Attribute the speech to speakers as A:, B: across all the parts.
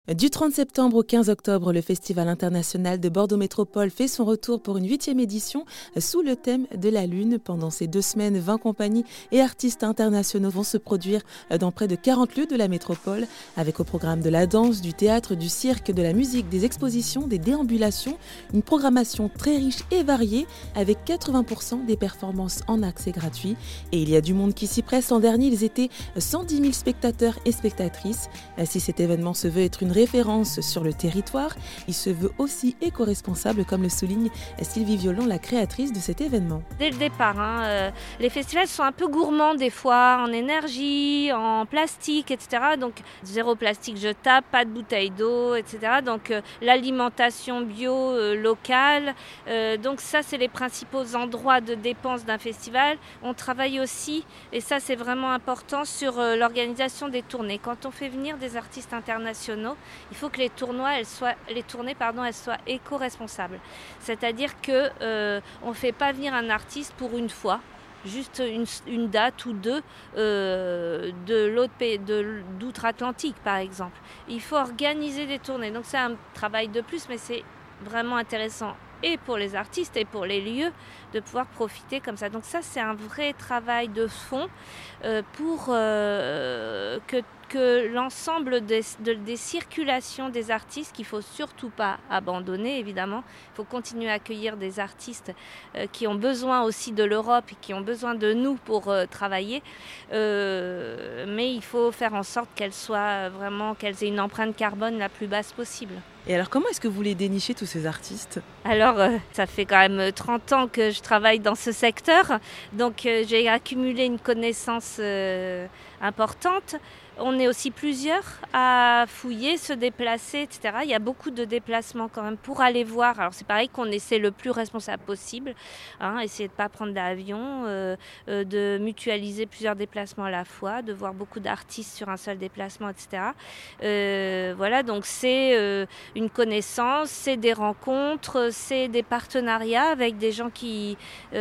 A: Du 30 septembre au 15 octobre, le Festival international de Bordeaux Métropole fait son retour pour une 8e édition sous le thème de la Lune. Pendant ces 2 semaines, 20 compagnies et artistes internationaux vont se produire dans près de 40 lieux de la métropole, avec au programme de la danse, du théâtre, du cirque, de la musique, des expositions, des déambulations, une programmation très riche et variée, avec 80% des performances en accès gratuit. Et il y a du monde qui s'y presse. L'an dernier, ils étaient 110 000 spectateurs et spectatrices. Si cet événement se veut être une référence sur le territoire, il se veut aussi éco-responsable, comme le souligne Sylvie Violon, la créatrice de cet événement.
B: Dès le départ, les festivals sont un peu gourmands des fois, en énergie, en plastique, etc. Donc zéro plastique jetable, pas de bouteilles d'eau, etc. Donc l'alimentation bio locale. Donc ça, c'est les principaux endroits de dépenses d'un festival. On travaille aussi, et ça c'est vraiment important, sur l'organisation des tournées. Quand on fait venir des artistes internationaux, il faut que les tournées soient éco-responsables. C'est-à-dire qu'on ne fait pas venir un artiste pour une fois, juste une date ou deux de l'autre pays, d'outre-Atlantique par exemple. Il faut organiser des tournées. Donc c'est un travail de plus, mais c'est vraiment intéressant et pour les artistes et pour les lieux de pouvoir profiter comme ça. Donc ça, c'est un vrai travail de fond pour que l'ensemble des circulations des artistes, qu'il ne faut surtout pas abandonner, évidemment. Il faut continuer à accueillir des artistes qui ont besoin aussi de l'Europe et qui ont besoin de nous pour travailler. Mais il faut faire en sorte qu'elles aient une empreinte carbone la plus basse possible.
A: Et alors, comment est-ce que vous les dénichez, tous ces artistes ?
B: Alors, ça fait quand même 30 ans que je travaille dans ce secteur, donc j'ai accumulé une connaissance importante. On est aussi plusieurs à fouiller, se déplacer, etc. Il y a beaucoup de déplacements quand même pour aller voir. Alors c'est pareil qu'on essaie le plus responsable possible, essayer de ne pas prendre d'avion, de mutualiser plusieurs déplacements à la fois, de voir beaucoup d'artistes sur un seul déplacement, etc. Voilà, donc c'est une connaissance, c'est des rencontres, c'est des partenariats avec des gens qui...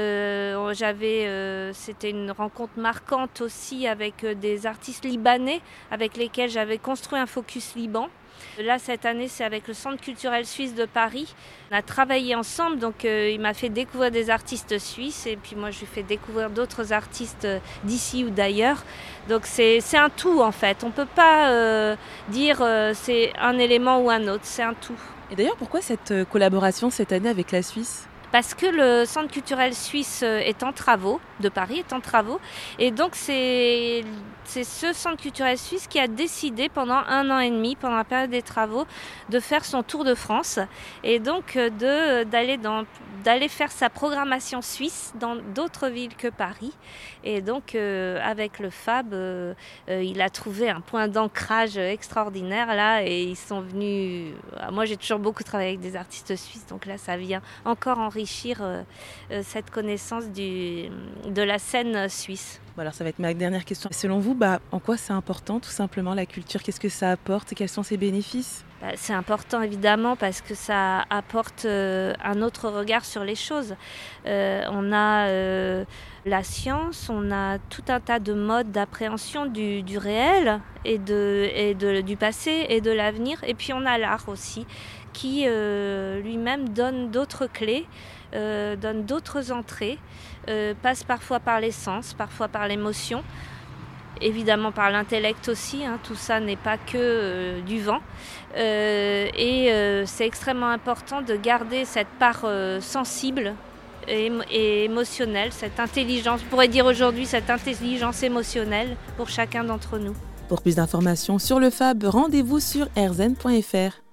B: c'était une rencontre marquante aussi avec des artistes libanais avec lesquels j'avais construit un focus Liban. Là, cette année, c'est avec le Centre culturel suisse de Paris. On a travaillé ensemble, donc il m'a fait découvrir des artistes suisses et puis moi, je lui fais découvrir d'autres artistes d'ici ou d'ailleurs. Donc c'est un tout en fait. On ne peut pas dire c'est un élément ou un autre, c'est un tout.
A: Et d'ailleurs, pourquoi cette collaboration cette année avec la Suisse ?
B: Parce que le Centre culturel suisse est en travaux, de Paris est en travaux, et donc c'est ce Centre culturel suisse qui a décidé pendant 1 an et demi, pendant la période des travaux, de faire son tour de France, et donc d'aller faire sa programmation suisse dans d'autres villes que Paris. Et donc avec le FAB, il a trouvé un point d'ancrage extraordinaire là, et ils sont venus... Moi j'ai toujours beaucoup travaillé avec des artistes suisses, donc là ça vient encore enrichir cette connaissance de la scène suisse.
A: Bon, alors ça va être ma dernière question. Selon vous, en quoi c'est important tout simplement la culture ? Qu'est-ce que ça apporte et quels sont ses bénéfices ?
B: C'est important évidemment parce que ça apporte un autre regard sur les choses. On a la science, on a tout un tas de modes d'appréhension du réel et du passé et de l'avenir. Et puis on a l'art aussi qui lui-même donne d'autres clés, donne d'autres entrées, passe parfois par les sens, parfois par l'émotion. Évidemment par l'intellect aussi, tout ça n'est pas que du vent. C'est extrêmement important de garder cette part sensible et émotionnelle, cette intelligence, on pourrait dire aujourd'hui cette intelligence émotionnelle pour chacun d'entre nous.
A: Pour plus d'informations sur le FAB, rendez-vous sur rzn.fr.